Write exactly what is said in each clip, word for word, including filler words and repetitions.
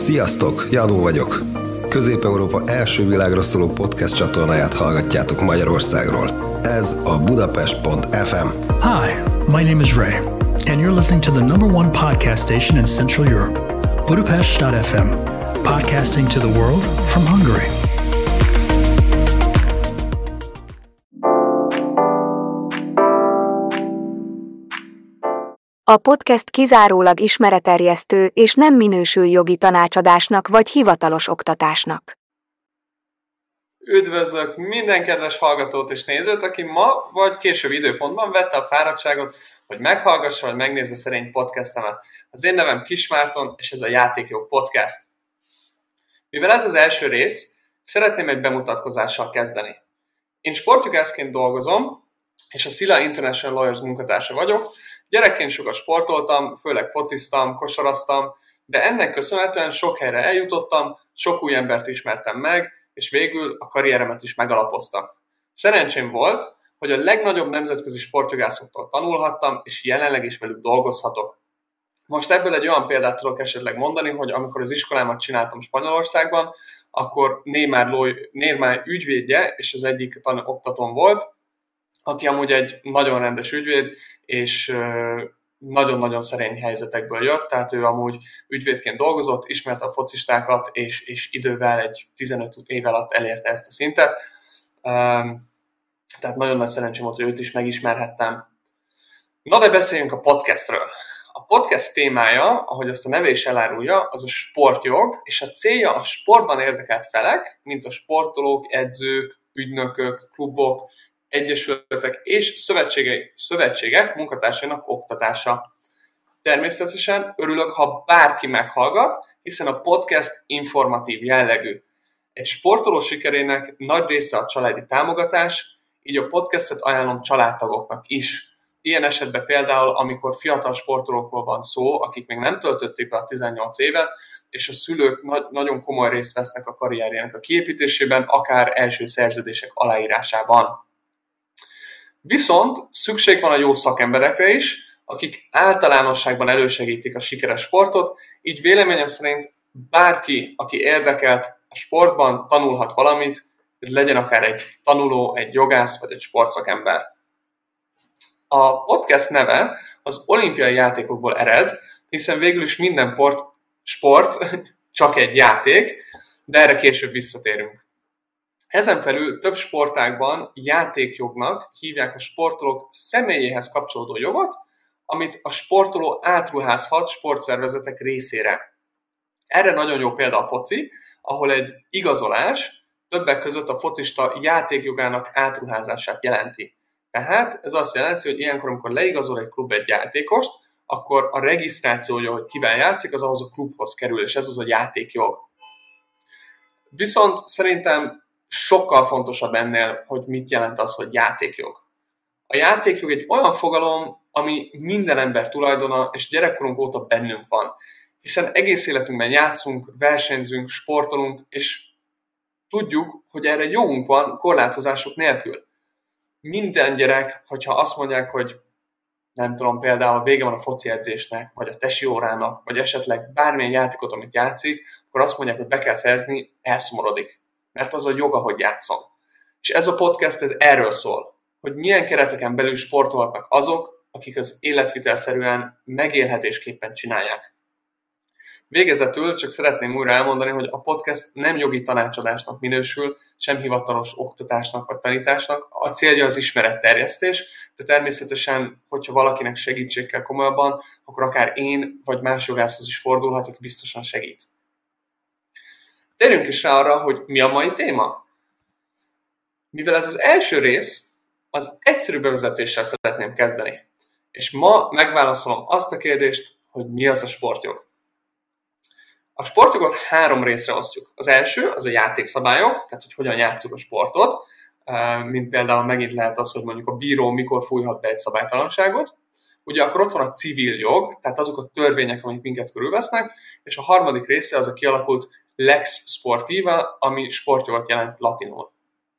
Sziasztok, Jadó vagyok. Közép-Európa első világra szóló podcast csatornáját hallgatjátok Magyarországról. Ez a Budapest pont ef em. Hi, my name is Ray, and you're listening to the number one podcast station in Central Europe, Budapest dot ef em, podcasting to the world from Hungary. A podcast kizárólag ismeretterjesztő és nem minősül jogi tanácsadásnak vagy hivatalos oktatásnak. Üdvözlök minden kedves hallgatót és nézőt, aki ma vagy később időpontban vette a fáradtságot, hogy meghallgassa vagy megnézze szerény podcastemet. Az én nevem Kis Márton, és ez a Játékjog Podcast. Mivel ez az első rész, szeretném egy bemutatkozással kezdeni. Én sportjogászként dolgozom, és a Szila International Lawyers munkatársa vagyok. Gyerekként sokat sportoltam, főleg fociztam, kosaraztam, de ennek köszönhetően sok helyre eljutottam, sok új embert ismertem meg, és végül a karrieremet is megalapozta. Szerencsém volt, hogy a legnagyobb nemzetközi sportjogászoktól tanulhattam, és jelenleg is velük dolgozhatok. Most ebből egy olyan példát tudok esetleg mondani, hogy amikor az iskolámat csináltam Spanyolországban, akkor Némár ügyvédje, és az egyik tan- oktatón volt, aki amúgy egy nagyon rendes ügyvéd, és nagyon-nagyon szerény helyzetekből jött, tehát ő amúgy ügyvédként dolgozott, ismerte a focistákat, és, és idővel, egy tizenöt év alatt elérte ezt a szintet. Tehát nagyon nagy szerencsém volt, hogy őt is megismerhettem. Na de beszéljünk a podcastről. A podcast témája, ahogy azt a neve is elárulja, az a sportjog, és a célja a sportban érdekelt felek, mint a sportolók, edzők, ügynökök, klubok, egyesületek és szövetségek, szövetségek munkatársainak oktatása. Természetesen örülök, ha bárki meghallgat, hiszen a podcast informatív jellegű. Egy sportoló sikerének nagy része a családi támogatás, így a podcastet ajánlom családtagoknak is. Ilyen esetben például, amikor fiatal sportolókról van szó, akik még nem töltötték be a tizennyolc évet, és a szülők na- nagyon komoly részt vesznek a karrierjének a kiépítésében, akár első szerződések aláírásában. Viszont szükség van a jó szakemberekre is, akik általánosságban elősegítik a sikeres sportot, így véleményem szerint bárki, aki érdekelt a sportban, tanulhat valamit, ez legyen akár egy tanuló, egy jogász vagy egy sportszakember. A podcast neve az olimpiai játékokból ered, hiszen végül is minden port, sport csak egy játék, de erre később visszatérünk. Ezen felül több sportágban játékjognak hívják a sportolók személyéhez kapcsolódó jogot, amit a sportoló átruházhat sportszervezetek részére. Erre nagyon jó példa a foci, ahol egy igazolás többek között a focista játékjogának átruházását jelenti. Tehát ez azt jelenti, hogy ilyenkor, amikor leigazol egy klub egy játékost, akkor a regisztrációja, hogy kivel játszik, az ahhoz a klubhoz kerül, és ez az a játékjog. Viszont szerintem sokkal fontosabb ennél, hogy mit jelent az, hogy játékjog. A játékjog egy olyan fogalom, ami minden ember tulajdona, és gyerekkorunk óta bennünk van. Hiszen egész életünkben játszunk, versenyzünk, sportolunk, és tudjuk, hogy erre jogunk van korlátozások nélkül. Minden gyerek, hogyha azt mondják, hogy nem tudom, például vége van a foci edzésnek, vagy a tesi órának, vagy esetleg bármilyen játékot, amit játszik, akkor azt mondják, hogy be kell fejezni, elszomorodik. Mert az a joga, hogy játszom. És ez a podcast, ez erről szól, hogy milyen kereteken belül sportolhatnak azok, akik az életvitelszerűen megélhetésképpen csinálják. Végezetül csak szeretném újra elmondani, hogy a podcast nem jogi tanácsadásnak minősül, sem hivatalos oktatásnak vagy tanításnak. A célja az ismeretterjesztés, de természetesen, hogyha valakinek segítség kell komolyabban, akkor akár én vagy más jogászhoz is fordulhat, aki biztosan segít. Térjünk is rá arra, hogy mi a mai téma. Mivel ez az első rész, az egyszerű bevezetéssel szeretném kezdeni. És ma megválaszolom azt a kérdést, hogy mi az a sportjog. A sportjogot három részre osztjuk. Az első, az a játékszabályok, tehát hogy hogyan játsszuk a sportot, mint például megint lehet az, hogy mondjuk a bíró mikor fújhat be egy szabálytalanságot. Ugye akkor ott van a civil jog, tehát azok a törvények, amik minket körülvesznek, és a harmadik része az a kialakult lex sportiva, ami sportjogot jelent latinul.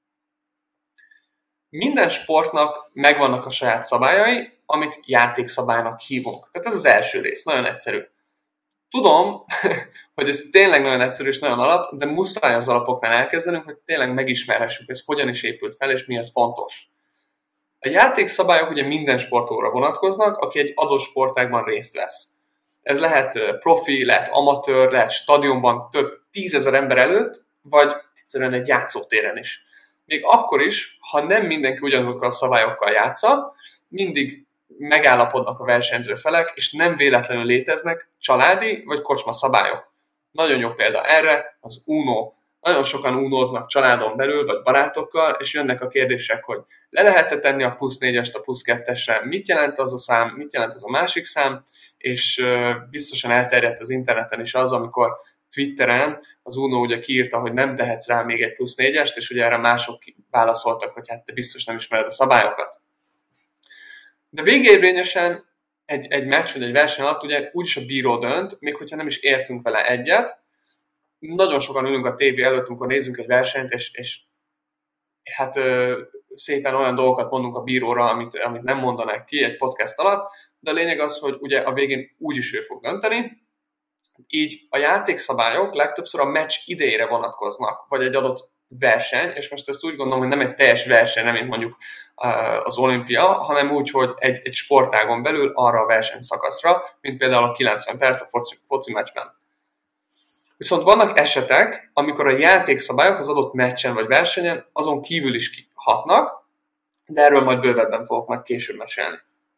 Minden sportnak megvannak a saját szabályai, amit játékszabálynak hívunk. Tehát ez az első rész, nagyon egyszerű. tudom, hogy ez tényleg nagyon egyszerű és nagyon alap, de muszáj az alapoknál elkezdenünk, hogy tényleg megismerhessük, hogy ez hogyan is épült fel, és miért fontos. A játékszabályok ugye minden sportolóra vonatkoznak, aki egy adott sportágban részt vesz. Ez lehet profi, lehet amatőr, lehet stadionban több tízezer ember előtt, vagy egyszerűen egy játszótéren is. Még akkor is, ha nem mindenki ugyanazokkal a szabályokkal játsza, mindig megállapodnak a versenyző felek, és nem véletlenül léteznek családi vagy kocsma szabályok. Nagyon jó példa erre az Uno. Nagyon sokan unóznak családon belül, vagy barátokkal, és jönnek a kérdések, hogy le lehet-e tenni a plusz négyest a plusz kettesre, mit jelent az a szám, mit jelent az a másik szám, és biztosan elterjedt az interneten is az, amikor Twitteren az Uno ugye kiírta, hogy nem tehetsz rá még egy plusz négyest, és ugye erre mások válaszoltak, hogy hát te biztos nem ismered a szabályokat. De végérvényesen egy, egy meccs vagy egy verseny alatt ugye úgyis a bíró dönt, még hogyha nem is értünk vele egyet. Nagyon sokan ülünk a tévé előtt, amikor nézzünk egy versenyt, és, és hát ö, szépen olyan dolgokat mondunk a bíróra, amit, amit nem mondanák ki egy podcast alatt, de a lényeg az, hogy ugye a végén úgyis ő fog dönteni, így a játékszabályok legtöbbször a meccs idejére vonatkoznak, vagy egy adott verseny, és most ezt úgy gondolom, hogy nem egy teljes verseny, nem mint mondjuk az olimpia, hanem úgy, hogy egy, egy sportágon belül arra a versenyszakaszra, mint például a kilencven perc a foci, foci meccsben. Viszont vannak esetek, amikor a játékszabályok az adott meccsen vagy versenyen azon kívül is hatnak, de erről majd bővebben fogok majd később mesélni.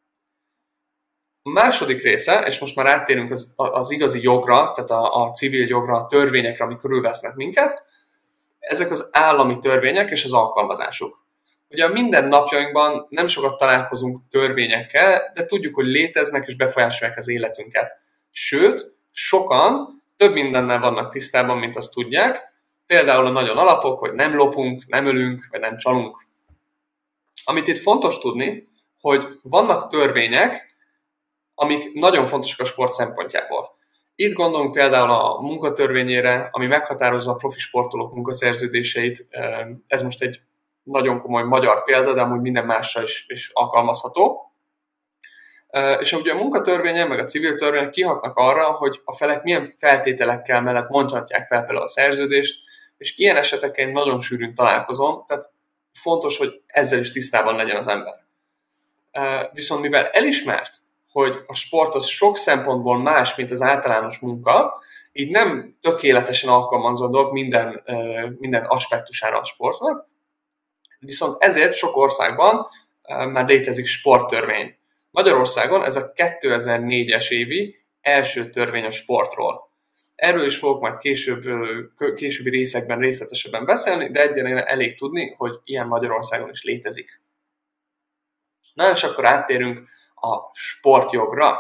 A második része, és most már áttérünk az, az igazi jogra, tehát a, a civil jogra, a törvényekre, amik körülvesznek minket, ezek az állami törvények és az alkalmazásuk. Ugye a mindennapjainkban nem sokat találkozunk törvényekkel, de tudjuk, hogy léteznek és befolyásolják az életünket. Sőt, sokan több mindennel vannak tisztában, mint azt tudják, például a nagyon alapok, hogy nem lopunk, nem ölünk, vagy nem csalunk. Amit itt fontos tudni, hogy vannak törvények, amik nagyon fontosak a sport szempontjából. Itt gondolunk például a munkatörvényére, ami meghatározza a profi sportolók munkaszerződéseit. Ez most egy nagyon komoly magyar példa, de amúgy minden másra is, is alkalmazható. És ugye a munkatörvényen, meg a civil törvények kihatnak arra, hogy a felek milyen feltételekkel mellett mondhatják fel például a szerződést, és ilyen esetekkel én nagyon sűrűn találkozom, tehát fontos, hogy ezzel is tisztában legyen az ember. Viszont mivel elismert, hogy a sport az sok szempontból más, mint az általános munka, így nem tökéletesen alkalmazódok minden, minden aspektusára a sportnak, viszont ezért sok országban már létezik sporttörvény. Magyarországon ez a kétezer-négyes évi első törvény a sportról. Erről is fogok majd később, későbbi részekben részletesebben beszélni, de egyenlően elég tudni, hogy ilyen Magyarországon is létezik. Na és akkor áttérünk a sportjogra.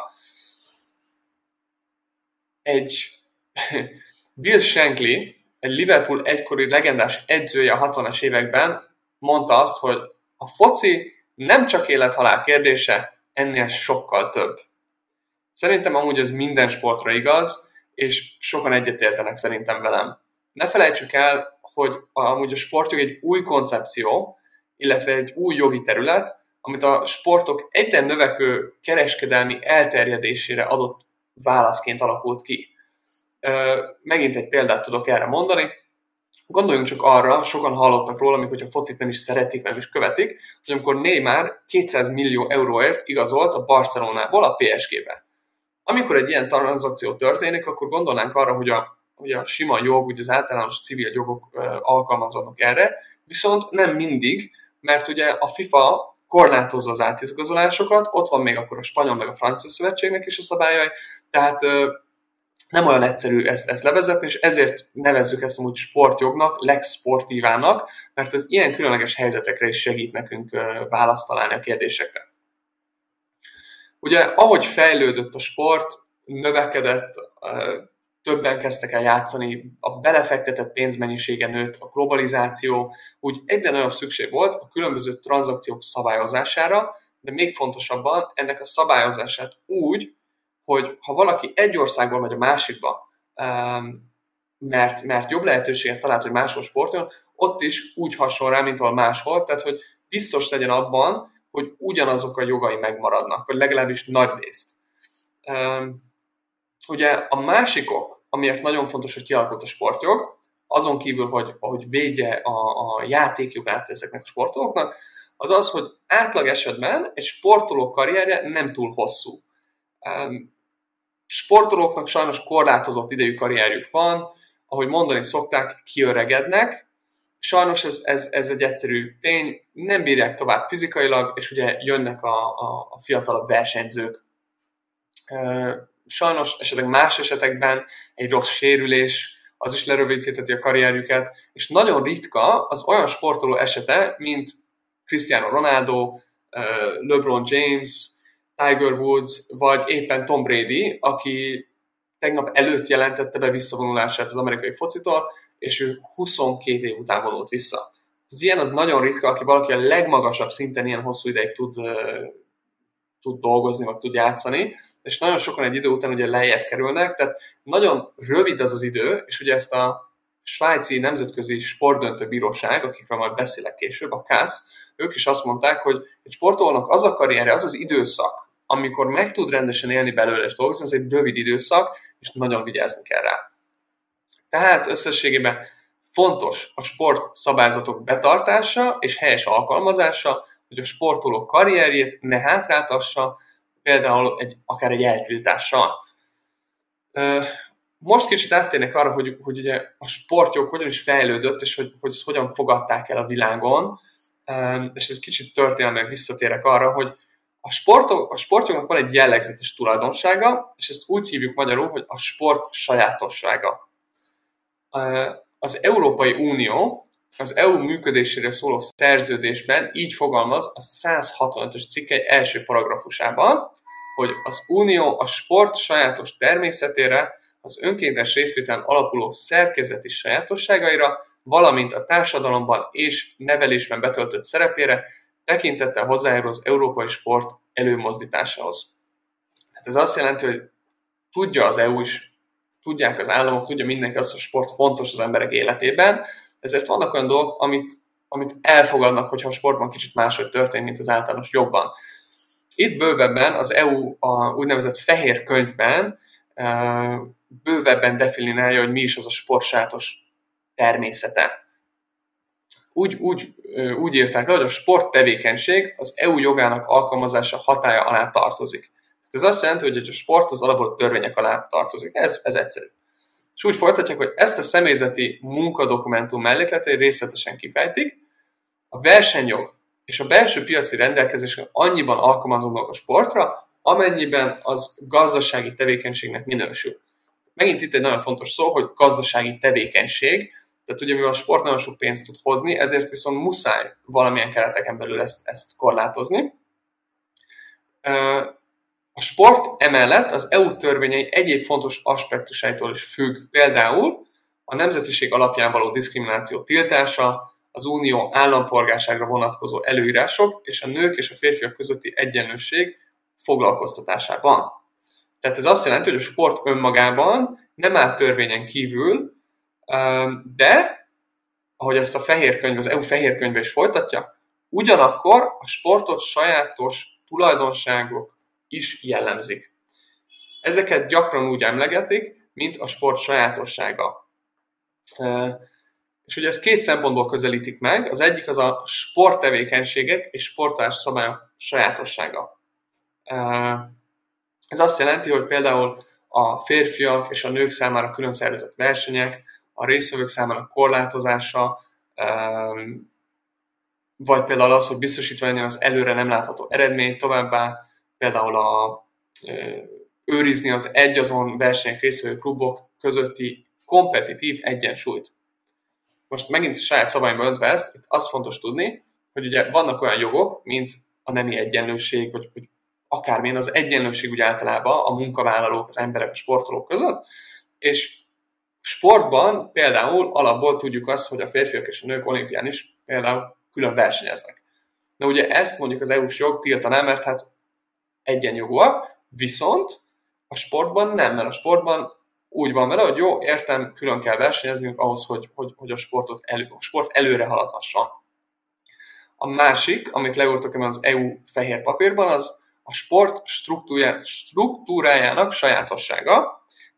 Egy Bill Shankly, egy Liverpool egykori legendás edzője a hatvanas években mondta azt, hogy a foci nem csak élet-halál kérdése, ennél sokkal több. Szerintem amúgy ez minden sportra igaz, és sokan egyetértenek szerintem velem. Ne felejtsük el, hogy amúgy a sportjog egy új koncepció, illetve egy új jogi terület, amit a sportok egyre növekvő kereskedelmi elterjedésére adott válaszként alakult ki. Megint egy példát tudok erre mondani. Gondoljunk csak arra, sokan hallottak róla, amikor a focit nem is szeretik, nem is követik, hogy amikor Neymar kétszáz millió euróért igazolt a Barcelonából a pé es gé-be. Amikor egy ilyen tranzakció történik, akkor gondolnánk arra, hogy a, hogy a sima jog, ugye az általános civil jogok alkalmazódnak erre, viszont nem mindig, mert ugye a FIFA korlátozza az átigazolásokat, ott van még akkor a spanyol meg a francia szövetségnek is a szabályai, tehát nem olyan egyszerű ezt, ezt levezetni, és ezért nevezzük ezt amúgy sportjognak, lex sportívának, mert az ilyen különleges helyzetekre is segít nekünk választ találni a kérdésekre. Ugye, ahogy fejlődött a sport, növekedett, többen kezdtek el játszani, a belefektetett pénzmennyisége nőtt, a globalizáció, úgy egyre nagyobb szükség volt a különböző tranzakciók szabályozására, de még fontosabban ennek a szabályozását úgy, hogy ha valaki egy országból megy a másikba, mert, mert jobb lehetőséget talált, hogy máshol sportoljon, ott is úgy hasonl rá, mint ahol máshol, tehát hogy biztos legyen abban, hogy ugyanazok a jogai megmaradnak, vagy legalábbis nagy részt. Ugye a másikok, amiért nagyon fontos, hogy kialakult a sportjog, azon kívül, hogy, hogy védje a, a játékjogát ezeknek a sportolóknak, az az, hogy átlag esetben egy sportoló karrierje nem túl hosszú. Sportolóknak sajnos korlátozott idejű karrierjük van, ahogy mondani szokták, kiöregednek. Sajnos ez, ez, ez egy egyszerű tény, nem bírják tovább fizikailag, és ugye jönnek a, a, a fiatalabb versenyzők. Sajnos esetleg más esetekben egy rossz sérülés, az is lerövidítheti a karrierjüket, és nagyon ritka az olyan sportoló esete, mint Cristiano Ronaldo, LeBron James, Tiger Woods, vagy éppen Tom Brady, aki tegnap előtt jelentette be visszavonulását az amerikai focitól, és ő huszonkét év után vonult vissza. Az ilyen az nagyon ritka, aki valaki a legmagasabb szinten ilyen hosszú ideig tud, tud dolgozni, vagy tud játszani, és nagyon sokan egy idő után ugye lejjebb kerülnek, tehát nagyon rövid az az idő, és ugye ezt a svájci nemzetközi sportdöntő bíróság, akikről majd beszélek később, a ká á es, ők is azt mondták, hogy egy sportolónak az a karrierje, az az időszak, amikor meg tud rendesen élni belőle és dolgozni, az egy rövid időszak, és nagyon vigyázni kell rá. Tehát összességében fontos a sportszabályzatok betartása és helyes alkalmazása, hogy a sportoló karrierjét ne hátráltassa, például egy, akár egy eltiltással. Most kicsit áttérnek arra, hogy, hogy ugye a sportjog hogyan is fejlődött, és hogy, hogy hogyan fogadták el a világon, és ez kicsit történelmileg visszatérek arra, hogy a, sportok, a sportjognak van egy jellegzetes tulajdonsága, és ezt úgy hívjuk magyarul, hogy a sport sajátossága. Az Európai Unió az é u működésére szóló szerződésben így fogalmaz a száz hatvanötös cikke első paragrafusában, hogy az Unió a sport sajátos természetére, az önkéntes részvételen alapuló szerkezeti sajátosságaira, valamint a társadalomban és nevelésben betöltött szerepére tekintettel hozzájárul az európai sport előmozdításához. Hát ez azt jelenti, hogy tudja az é u is, tudják az államok, tudja mindenki azt, hogy a sport fontos az emberek életében, ezért vannak olyan dolgok, amit, amit elfogadnak, hogyha a sportban kicsit máshogy történik, mint az általános jogban. Itt bővebben az é u a úgynevezett fehér könyvben bővebben definiálja, hogy mi is az a sport sajátos természete. Úgy, úgy, úgy írták le, hogy a sporttevékenység az é u jogának alkalmazása hatálya alá tartozik. Ez azt jelenti, hogy a sport az alapból törvények alá tartozik. Ez, ez egyszerű. És úgy folytatják, hogy ezt a személyzeti munkadokumentum mellékletét részletesen kifejtik. A versenyjog és a belső piaci rendelkezések annyiban alkalmazódnak a sportra, amennyiben az gazdasági tevékenységnek minősül. Megint itt egy nagyon fontos szó, hogy gazdasági tevékenység. Tehát ugye, mivel a sport nagyon sok pénzt tud hozni, ezért viszont muszáj valamilyen kereteken belül ezt, ezt korlátozni. A sport emellett az é u törvényei egyéb fontos aspektusaitól is függ. Például a nemzetiség alapján való diszkrimináció tiltása, az unió állampolgárságra vonatkozó előírások és a nők és a férfiak közötti egyenlőség foglalkoztatásában. Tehát ez azt jelenti, hogy a sport önmagában nem áll törvényen kívül, de, ahogy ezt a fehér könyv, az é u fehér könyve is folytatja, ugyanakkor a sportot sajátos tulajdonságok is jellemzik. Ezeket gyakran úgy emlegetik, mint a sport sajátossága. És ugye ezt két szempontból közelítik meg. Az egyik az a sporttevékenységek és sportolás szabályok sajátossága. Ez azt jelenti, hogy például a férfiak és a nők számára külön szervezett versenyek, a résztvevők számára korlátozása, vagy például az, hogy biztosítva legyen az előre nem látható eredmény, továbbá például a, őrizni az egyazon versenyek résztvevő klubok közötti kompetitív egyensúlyt. Most megint saját szabályba öntve ezt, itt az fontos tudni, hogy ugye vannak olyan jogok, mint a nemi egyenlőség, vagy, vagy akármilyen az egyenlőség úgy általában a munkavállalók, az emberek, a sportolók között, és sportban például alapból tudjuk azt, hogy a férfiak és a nők olimpián is például külön versenyeznek. De ugye ezt mondjuk az é u-s jog tiltaná, mert hát egyenjogúak, viszont a sportban nem, mert a sportban úgy van vele, hogy jó, értem, külön kell versenyeznünk ahhoz, hogy, hogy, hogy a, sportot elő, a sport előre haladhasson. A másik, amit leírtak ebben az é u fehér papírban, az a sport struktúrájának sajátossága.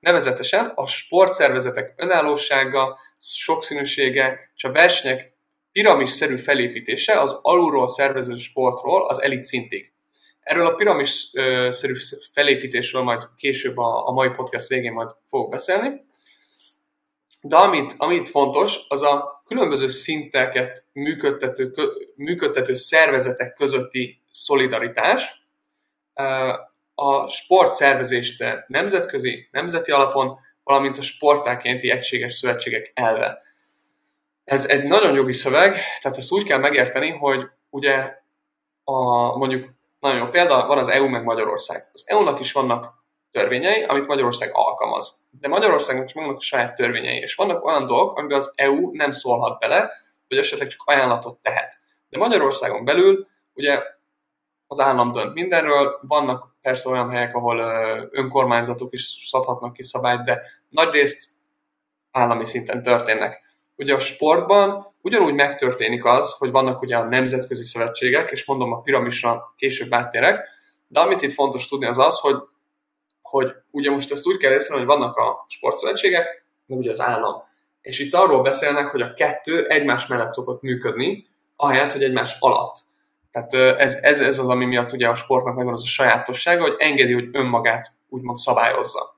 Nevezetesen a sportszervezetek önállósága, sokszínűsége és a versenyek piramisszerű felépítése az alulról szervező sportról az elit szintig. Erről a piramisszerű felépítésről majd később a, a mai podcast végén majd fogok beszélni. De amit, amit fontos, az a különböző szinteket működtető, működtető szervezetek közötti szolidaritás, a sportszervezést nemzetközi, nemzeti alapon, valamint a sportákénti egységes szövetségek elve. Ez egy nagyon jogi szöveg, tehát ezt úgy kell megérteni, hogy ugye a, mondjuk nagyon jó példa, van az é u meg Magyarország. Az é u-nak is vannak törvényei, amit Magyarország alkalmaz. De Magyarországnak is vannak a saját törvényei, és vannak olyan dolgok, amiben az é u nem szólhat bele, vagy esetleg csak ajánlatot tehet. De Magyarországon belül ugye az állam dönt mindenről, vannak persze olyan helyek, ahol önkormányzatok is szabhatnak ki szabályt, de nagyrészt állami szinten történnek. Ugye a sportban ugyanúgy megtörténik az, hogy vannak ugye a nemzetközi szövetségek, és mondom, a piramisra később áttérek, de amit itt fontos tudni az az, hogy, hogy ugye most ezt úgy kell észrevenni, hogy vannak a sportszövetségek, meg ugye az állam. És itt arról beszélnek, hogy a kettő egymás mellett szokott működni, ahelyett, hogy egymás alatt. Tehát ez, ez, ez az, ami miatt ugye a sportnak megvan az a sajátossága, hogy engedi, hogy önmagát úgymond szabályozza.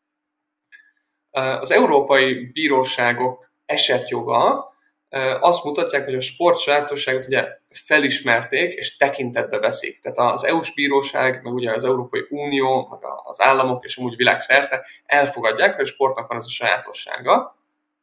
Az európai bíróságok esetjoga azt mutatják, hogy a sport sajátosságot ugye felismerték és tekintetbe veszik. Tehát az é u-s bíróság, meg ugye az Európai Unió, meg az államok és amúgy világszerte elfogadják, hogy a sportnak van ez a sajátossága.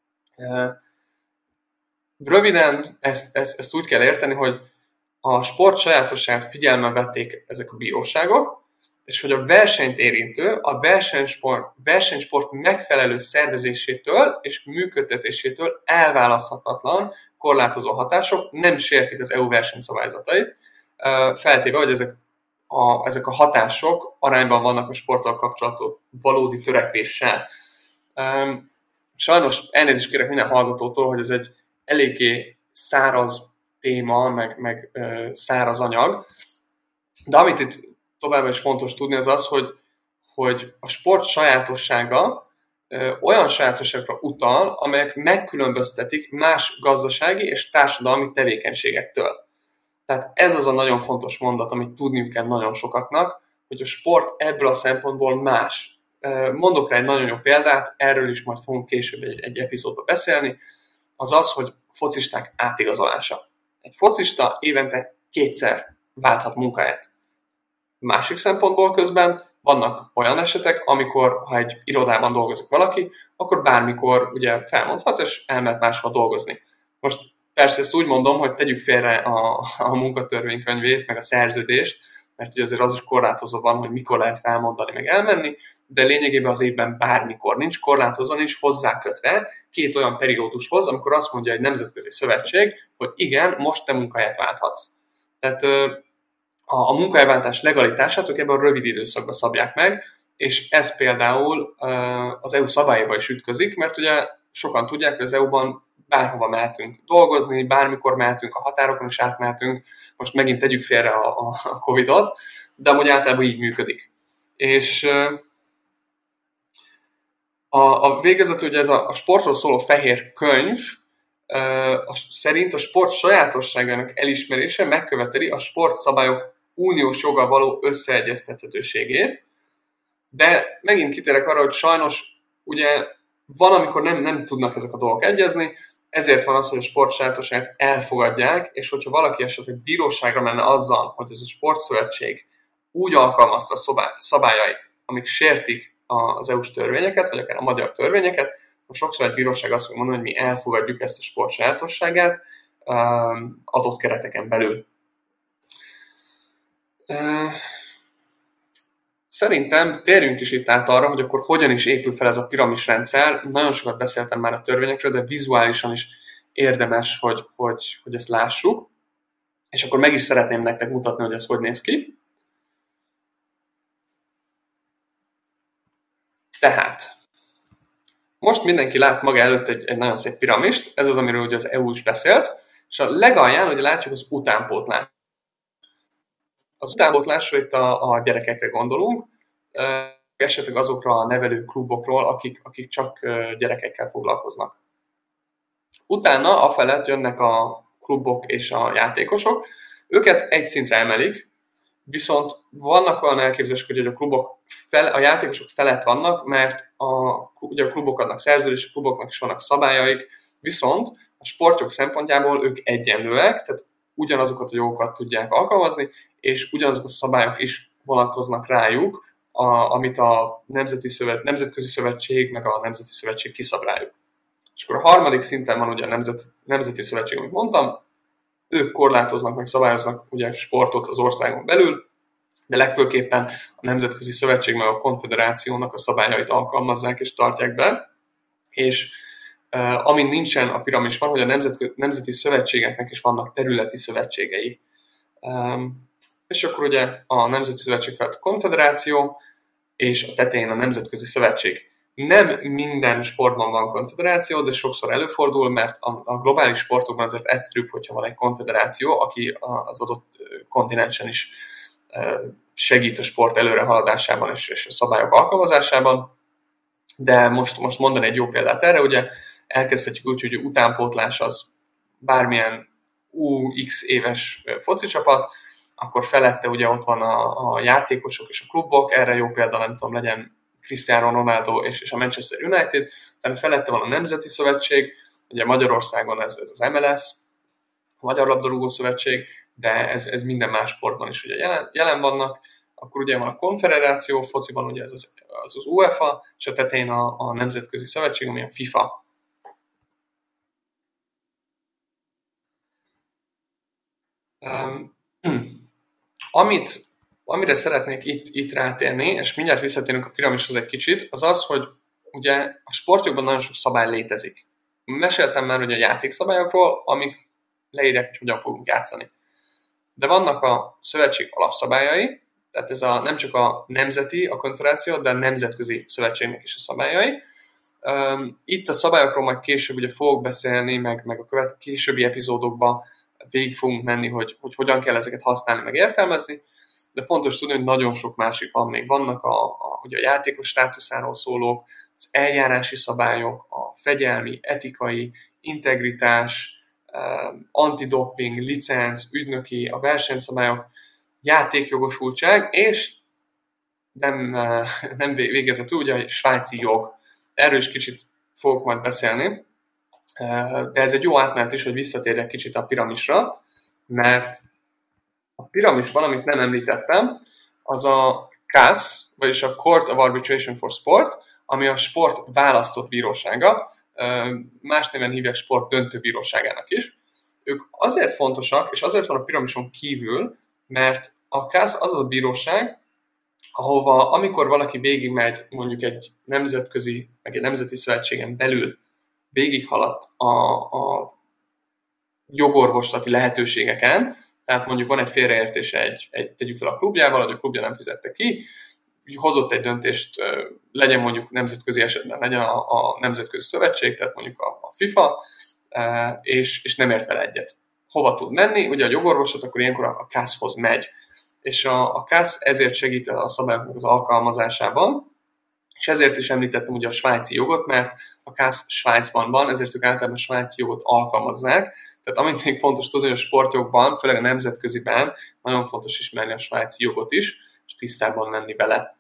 Röviden ezt, ezt, ezt úgy kell érteni, hogy a sport sajátosságát figyelmen vették ezek a bíróságok, és hogy a versenyt érintő, a versenysport, versenysport megfelelő szervezésétől és működtetésétől elválaszthatatlan korlátozó hatások nem sértik az é u versenyszabályzatait, feltéve, hogy ezek a, ezek a hatások arányban vannak a sporttal kapcsolatos valódi törekvéssel. Sajnos elnézést kérek minden hallgatótól, hogy ez egy eléggé száraz téma, meg, meg száraz anyag, de amit itt továbbá is fontos tudni, az az, hogy, hogy a sport sajátossága ö, olyan sajátosságokra utal, amelyek megkülönböztetik más gazdasági és társadalmi tevékenységektől. Tehát ez az a nagyon fontos mondat, amit tudniuk kell nagyon sokaknak, hogy a sport ebből a szempontból más. Mondok rá egy nagyon jó példát, erről is majd fogunk később egy, egy epizódban beszélni, az az, hogy focisták átigazolása. Egy focista évente kétszer válthat munkáját. Másik szempontból közben vannak olyan esetek, amikor, ha egy irodában dolgozik valaki, akkor bármikor ugye felmondhat, és elmehet máshol dolgozni. Most persze ezt úgy mondom, hogy tegyük félre a, a munkatörvénykönyvét, meg a szerződést, mert ugye azért az is korlátozó van, hogy mikor lehet felmondani, meg elmenni, de lényegében az évben bármikor nincs korlátozva, nincs hozzákötve két olyan periódushoz, amikor azt mondja egy nemzetközi szövetség, hogy igen, most te munkahelyet válthatsz. Tehát a, a munkahelyváltás legalitását ők ebben a rövid időszakban szabják meg, és ez például az é u szabályaiba is ütközik, mert ugye sokan tudják, hogy az é u-ban bárhova mehetünk dolgozni, bármikor mehetünk, a határokon is átmehetünk, most megint tegyük félre a, a Covidot, de amúgy általában így működik. És a, a végezetül ugye ez a, a sportról szóló fehér könyv a, szerint a sport sajátosságának elismerése megköveteli a sportszabályok uniós joggal való összeegyeztethetőségét, de megint kitérek arra, hogy sajnos ugye van, amikor nem, nem tudnak ezek a dolgok egyezni, ezért van az, hogy a sport sajátosságát elfogadják, és hogyha valaki esetleg bíróságra menne azzal, hogy ez a sportszövetség úgy alkalmazta a szabályait, amik sértik az é u-s törvényeket, vagy akár a magyar törvényeket, akkor sokszor egy bíróság azt fogja mondani, hogy mi elfogadjuk ezt a sport sajátosságát adott kereteken belül. Szerintem térjünk is itt át arra, hogy akkor hogyan is épül fel ez a piramisrendszer. Nagyon sokat beszéltem már a törvényekről, de vizuálisan is érdemes, hogy, hogy, hogy ezt lássuk. És akkor meg is szeretném nektek mutatni, hogy ez hogy néz ki. Tehát, most mindenki lát maga előtt egy, egy nagyon szép piramist, ez az, amiről ugye az é u is beszélt, és a legalján ugye látjuk az utánpótlást. Az utánpótlásra itt a, a gyerekekre gondolunk, esetleg azokra a nevelő klubokról, akik, akik csak gyerekekkel foglalkoznak. Utána afelett jönnek a klubok és a játékosok, őket egy szintre emelik, viszont vannak olyan elképzelések, hogy a klubok fel, a játékosok felett vannak, mert a, ugye a klubok adnak szerződést, a kluboknak is vannak szabályaik, viszont a sportjog szempontjából ők egyenlőek, tehát ugyanazokat a jogokat tudják alkalmazni, és ugyanazok a szabályok is vonatkoznak rájuk, a, amit a Nemzeti Szövet, Nemzetközi Szövetség meg a Nemzeti Szövetség kiszab rájuk. És akkor a harmadik szinten van ugye a Nemzet, Nemzeti Szövetség, amit mondtam, ők korlátoznak, meg szabályoznak ugye sportot az országon belül, de legfőképpen a Nemzetközi Szövetség meg a Konföderációnak a szabályait alkalmazzák és tartják be, és uh, amin nincsen a piramisban, hogy a nemzet, nemzeti szövetségeknek is vannak területi szövetségei. Um, és akkor ugye a Nemzeti Szövetség felett a Konföderáció, és a tetején a Nemzetközi Szövetség. Nem minden sportban van konfederáció, de sokszor előfordul, mert a, a globális sportokban azért egyszerűbb, hogyha van egy konfederáció, aki az adott kontinensen is segít a sport előrehaladásában és, és a szabályok alkalmazásában. De most, most mondani egy jó példát erre, ugye elkezdhetjük úgy, hogy utánpótlás az bármilyen u x éves foci csapat, akkor felette ugye ott van a, a játékosok és a klubok, erre jó példa, nem tudom, legyen Cristiano Ronaldo és, és a Manchester United, tehát felette van a Nemzeti Szövetség, ugye Magyarországon ez, ez az em el es, a Magyar Labdarúgó Szövetség, de ez, ez minden más sportban is ugye jelen, jelen vannak, akkor ugye van a Konfederáció, fociban ugye ez az, az, az UEFA, és a tetején a, a Nemzetközi Szövetség, ami a FIFA. Um, amit Amire szeretnék itt, itt rátérni, és mindjárt visszatérünk a piramishoz egy kicsit, az az, hogy ugye a sportjogban nagyon sok szabály létezik. Meséltem már ugye a játékszabályokról, amik leírják, hogy hogyan fogunk játszani. De vannak a szövetség alapszabályai, tehát ez a, nem csak a nemzeti, a konfederáció, de a nemzetközi szövetségnek is a szabályai. Itt a szabályokról majd később ugye fogok beszélni, meg, meg a követ, későbbi epizódokban végig fogunk menni, hogy, hogy hogyan kell ezeket használni, meg értelmezni. De fontos tudni, hogy nagyon sok másik van még. Vannak a, a, ugye a játékos státuszáról szólók, az eljárási szabályok, a fegyelmi, etikai, integritás, antidoping, licenc, ügynöki, a versenyszabályok, játékjogosultság, és nem, nem végezetül ugye a svájci jog. Erről is kicsit fogok majd beszélni, de ez egy jó átmenet is, hogy visszatérjek kicsit a piramisra, mert a piramisban, amit nem említettem, az a C A S, vagyis a Court of Arbitration for Sport, ami a sport választott bírósága, más néven hívják sport döntőbíróságának is. Ők azért fontosak, és azért van a piramison kívül, mert a C A S az a bíróság, ahova amikor valaki végigmegy mondjuk egy nemzetközi, meg egy nemzeti szövetségen belül végighaladt a, a jogorvoslati lehetőségeken, tehát mondjuk van egy félreértése, egy, egy, tegyük fel a klubjával, hogy a klubja nem fizette ki, hozott egy döntést, legyen mondjuk nemzetközi esetben, legyen a, a nemzetközi szövetség, tehát mondjuk a, a FIFA, és, és nem ért vele egyet. Hova tud menni? Ugye a jogorvoslat, akkor ilyenkor a C A S-hoz megy. És a, a C A S ezért segít a szabályoknak az alkalmazásában, és ezért is említettem ugye a svájci jogot, mert a C A S Svájcban van, ezért ők általában a svájci jogot alkalmazzák. Tehát amit még fontos tudni, hogy a sportjogban, főleg a nemzetköziben nagyon fontos ismerni a svájci jogot is, és tisztában lenni vele.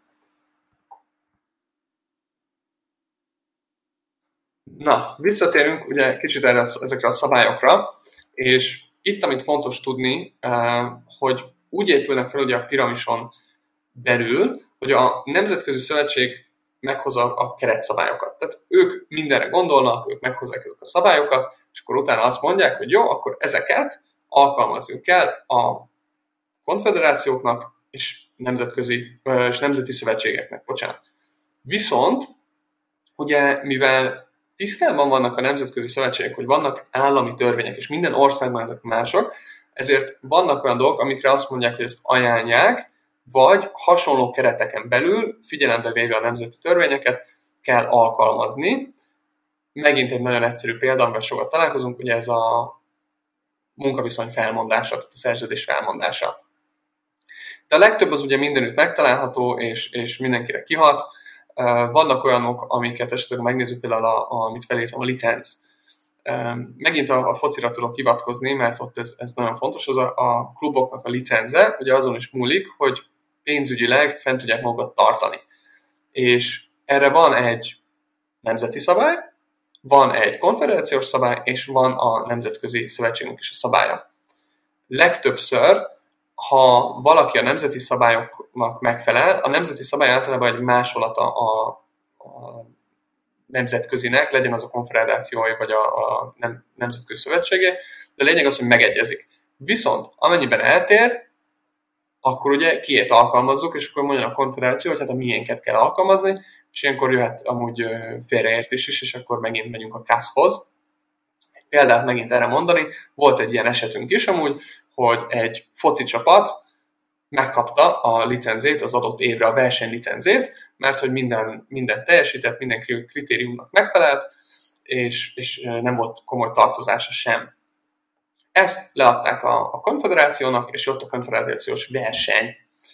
Na, visszatérünk ugye kicsit erre, ezekre a szabályokra, és itt, amit fontos tudni, hogy úgy épülnek fel ugye a piramison belül, hogy a Nemzetközi Szövetség meghozza a keretszabályokat. Tehát ők mindenre gondolnak, ők meghozzák ezeket a szabályokat, és akkor utána azt mondják, hogy jó, akkor ezeket alkalmazni kell a konfederációknak és nemzetközi és nemzeti szövetségeknek. Bocsánat. Viszont, ugye, mivel tisztában vannak a nemzetközi szövetségek, hogy vannak állami törvények, és minden országban ezek mások, ezért vannak olyan dolgok, amikre azt mondják, hogy ezt ajánlják, vagy hasonló kereteken belül, figyelembe véve a nemzeti törvényeket, kell alkalmazni. Megint egy nagyon egyszerű példa, amivel sokat találkozunk, ugye ez a munkaviszony felmondása, tehát a szerződés felmondása. De a legtöbb az ugye mindenütt megtalálható, és, és mindenkire kihat. Vannak olyanok, amiket esetleg megnézzük, például, a, a, amit felírtam, a licenc. Megint a, a focira tudok hivatkozni, mert ott ez, ez nagyon fontos, az a, a kluboknak a licenze, ugye azon is múlik, hogy pénzügyileg fent tudják magukat tartani. És erre van egy nemzeti szabály, van egy konfederációs szabály, és van a Nemzetközi Szövetségnek is a szabálya. Legtöbbször, ha valaki a nemzeti szabályoknak megfelel, a nemzeti szabály általában egy másolata a, a nemzetközinek, legyen az a konfederációja vagy a, a nem, Nemzetközi Szövetségé, de a lényeg az, hogy megegyezik. Viszont amennyiben eltér, akkor ugye kiét alkalmazzuk, és akkor mondja a konfederáció, hogy hát a miénket kell alkalmazni, és ilyenkor jöhet amúgy félreértés is, és akkor megint megyünk a kászhoz. Egy példát megint erre mondani, volt egy ilyen esetünk is amúgy, hogy egy foci csapat megkapta a licenzét, az adott évre a versenylicenzét, mert hogy minden, minden teljesített, minden kritériumnak megfelelt, és, és nem volt komoly tartozása sem. Ezt leadták a, a konfederációnak, és ott a konfederációs verseny.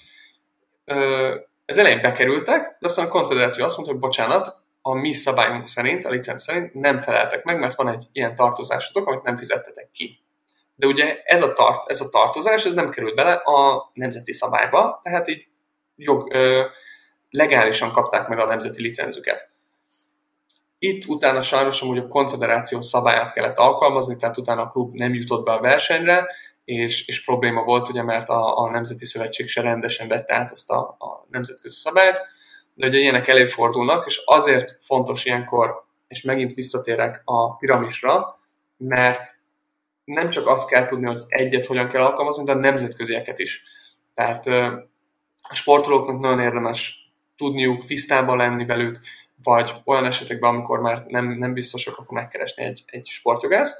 Ez elején bekerültek, de aztán a konfederáció azt mondta, hogy bocsánat, a mi szabályunk szerint, a licenc szerint nem feleltek meg, mert van egy ilyen tartozásotok, amit nem fizettetek ki. De ugye ez a, tart, ez a tartozás, ez nem került bele a nemzeti szabályba, tehát így jog, ö, legálisan kapták meg a nemzeti licenzüket. Itt utána sajnos amúgy a konfederáció szabályát kellett alkalmazni, tehát utána a klub nem jutott be a versenyre, és, és probléma volt, ugye, mert a, a Nemzeti Szövetség se rendesen vette át ezt a, a nemzetközi szabályt, de ugye ilyenek előfordulnak, és azért fontos ilyenkor, és megint visszatérek a piramisra, mert nem csak azt kell tudni, hogy egyet hogyan kell alkalmazni, de a nemzetközieket is. Tehát a sportolóknak nagyon érdemes tudniuk, tisztában lenni velük, vagy olyan esetekben, amikor már nem, nem biztosok, akkor megkeresni egy, egy sportjogászt.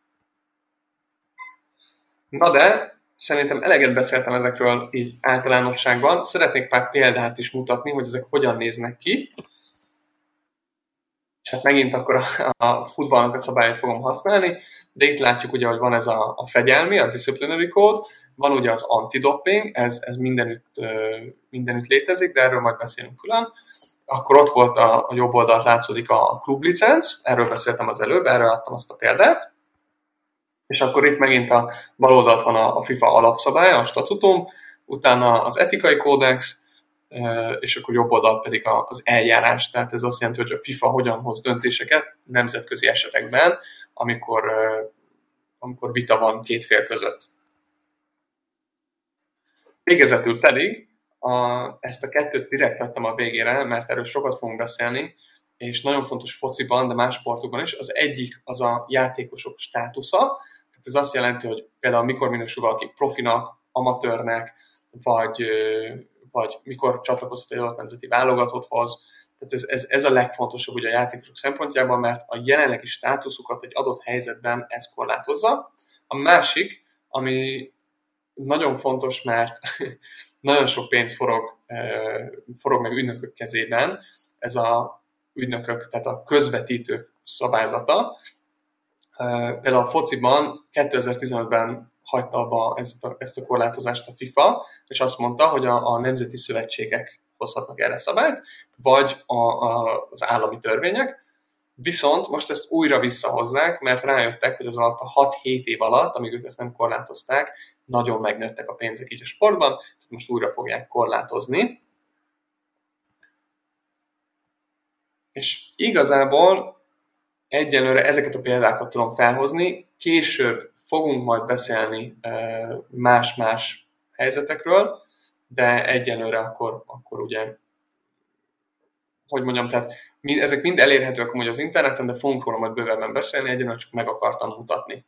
Na de szerintem eleget beszéltem ezekről így általánosságban. Szeretnék pár példát is mutatni, hogy ezek hogyan néznek ki. És hát megint akkor a, a futballnak a szabályát fogom használni, de itt látjuk ugye, hogy van ez a, a fegyelmi, a disciplinary code, van ugye az antidoping, ez, ez mindenütt, mindenütt létezik, de erről majd beszélünk külön. Akkor ott volt a, a jobb oldalt látszódik a klublicenc, erről beszéltem az előbb, erről adtam azt a példát. És akkor itt megint a bal oldalt van a, a FIFA alapszabálya, a statutum, utána az etikai kódex, és akkor jobb oldalt pedig az eljárás. Tehát ez azt jelenti, hogy a FIFA hogyan hoz döntéseket nemzetközi esetekben, amikor, amikor vita van két fél között. Végezetül pedig a, ezt a kettőt direkt vettem a végére, mert erről sokat fogunk beszélni, és nagyon fontos fociban, de más sportokban is. Az egyik az a játékosok státusza. Tehát ez azt jelenti, hogy például mikor minősül valaki profinak, amatőrnek, vagy, vagy mikor csatlakozhat egy adott nemzeti válogatotthoz. Tehát ez, ez, ez a legfontosabb ugye a játékosok szempontjában, mert a jelenlegi státuszukat egy adott helyzetben ez korlátozza. A másik, ami nagyon fontos, mert nagyon sok pénz forog, forog meg ügynökök kezében, ez a ügynökök, tehát a közvetítők szabályzata. Például a fociban kétezer-tizenötben hagyta abba ezt a, ezt a korlátozást a FIFA, és azt mondta, hogy a, a nemzeti szövetségek hozhatnak erre szabályt, vagy a, a, az állami törvények. Viszont most ezt újra visszahozzák, mert rájöttek, hogy az alatt a hat-hét év alatt, amíg ők ezt nem korlátozták, nagyon megnőttek a pénzek így a sportban, tehát most újra fogják korlátozni. És igazából egyelőre ezeket a példákat tudom felhozni, később fogunk majd beszélni más-más helyzetekről, de egyelőre akkor, akkor ugye, hogy mondjam, tehát ezek mind elérhetőek amúgy az interneten, de fogunk róla majd bővebben beszélni, egyelőre csak meg akartam mutatni.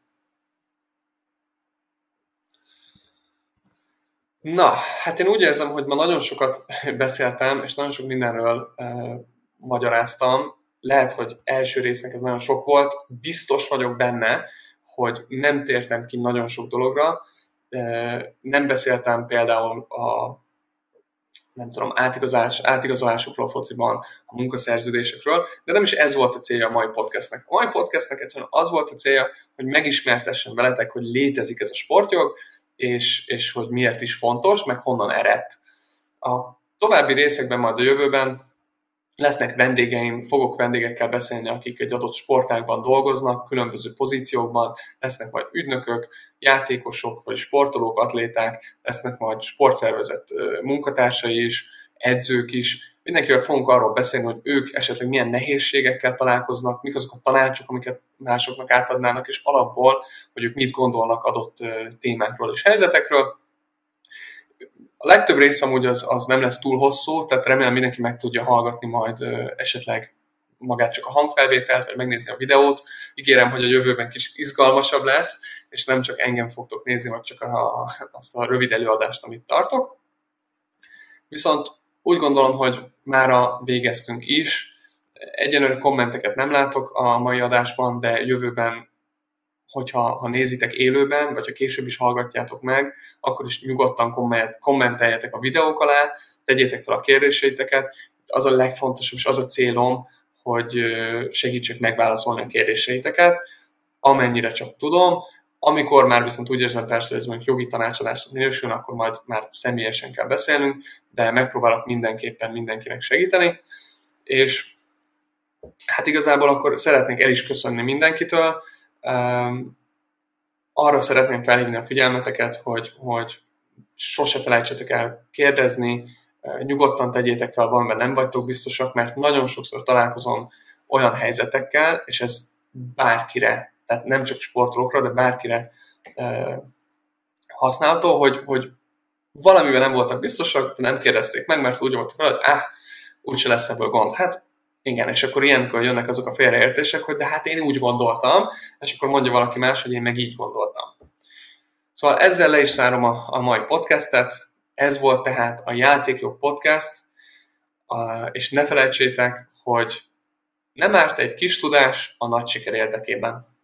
Na, hát én úgy érzem, hogy ma nagyon sokat beszéltem, és nagyon sok mindenről eh, magyaráztam. Lehet, hogy első résznek ez nagyon sok volt. Biztos vagyok benne, hogy nem tértem ki nagyon sok dologra. Eh, nem beszéltem például a nem tudom, átigazolás, átigazolásokról fociban, a munkaszerződésekről, de nem is ez volt a célja a mai podcastnek. A mai podcastnek egyszerűen az volt a célja, hogy megismertessen veletek, hogy létezik ez a sportjog, és, és hogy miért is fontos, meg honnan eredt. A további részekben majd a jövőben lesznek vendégeim, fogok vendégekkel beszélni, akik egy adott sportágban dolgoznak, különböző pozíciókban, lesznek majd ügynökök, játékosok, vagy sportolók, atléták, lesznek majd sportszervezet munkatársai is, edzők is. Mindenkivel fogunk arról beszélni, hogy ők esetleg milyen nehézségekkel találkoznak, mik azok a tanácsok, amiket másoknak átadnának, és alapból, hogy ők mit gondolnak adott témákról és helyzetekről. A legtöbb rész amúgy az, az nem lesz túl hosszú, tehát remélem mindenki meg tudja hallgatni majd ö, esetleg magát csak a hangfelvételt, vagy megnézni a videót. Ígérem, hogy a jövőben kicsit izgalmasabb lesz, és nem csak engem fogtok nézni, vagy csak a, azt a rövid előadást, amit tartok. Viszont úgy gondolom, hogy mára végeztünk is. Egyenlőre kommenteket nem látok a mai adásban, de jövőben, hogyha ha nézitek élőben, vagy ha később is hallgatjátok meg, akkor is nyugodtan kommenteljetek a videók alá, tegyétek fel a kérdéseiteket. Az a legfontosabb, és az a célom, hogy segítsek megválaszolni a kérdéseiteket, amennyire csak tudom. Amikor már viszont úgy érzem persze, hogy ez mondjuk jogi tanácsadásnak minősül, akkor majd már személyesen kell beszélnünk, de megpróbálok mindenképpen mindenkinek segíteni. És hát igazából akkor szeretnék el is köszönni mindenkitől. Um, arra szeretném felhívni a figyelmeteket, hogy, hogy sose felejtsetek el kérdezni, uh, nyugodtan tegyétek fel, valamiben nem vagytok biztosak, mert nagyon sokszor találkozom olyan helyzetekkel, és ez bárkire, tehát nem csak sportolókra, de bárkire uh, használható, hogy, hogy valamiben nem voltak biztosak, de nem kérdezték meg, mert úgy voltak vele, hogy áh, úgyse lesz ebből gond. Hát igen, és akkor ilyenkor jönnek azok a félreértések, hogy de hát én úgy gondoltam, és akkor mondja valaki más, hogy én meg így gondoltam. Szóval ezzel le is zárom a, a mai podcastet. Ez volt tehát a Játékjog Podcast, a, és ne felejtsétek, hogy nem árt egy kis tudás a nagy siker érdekében.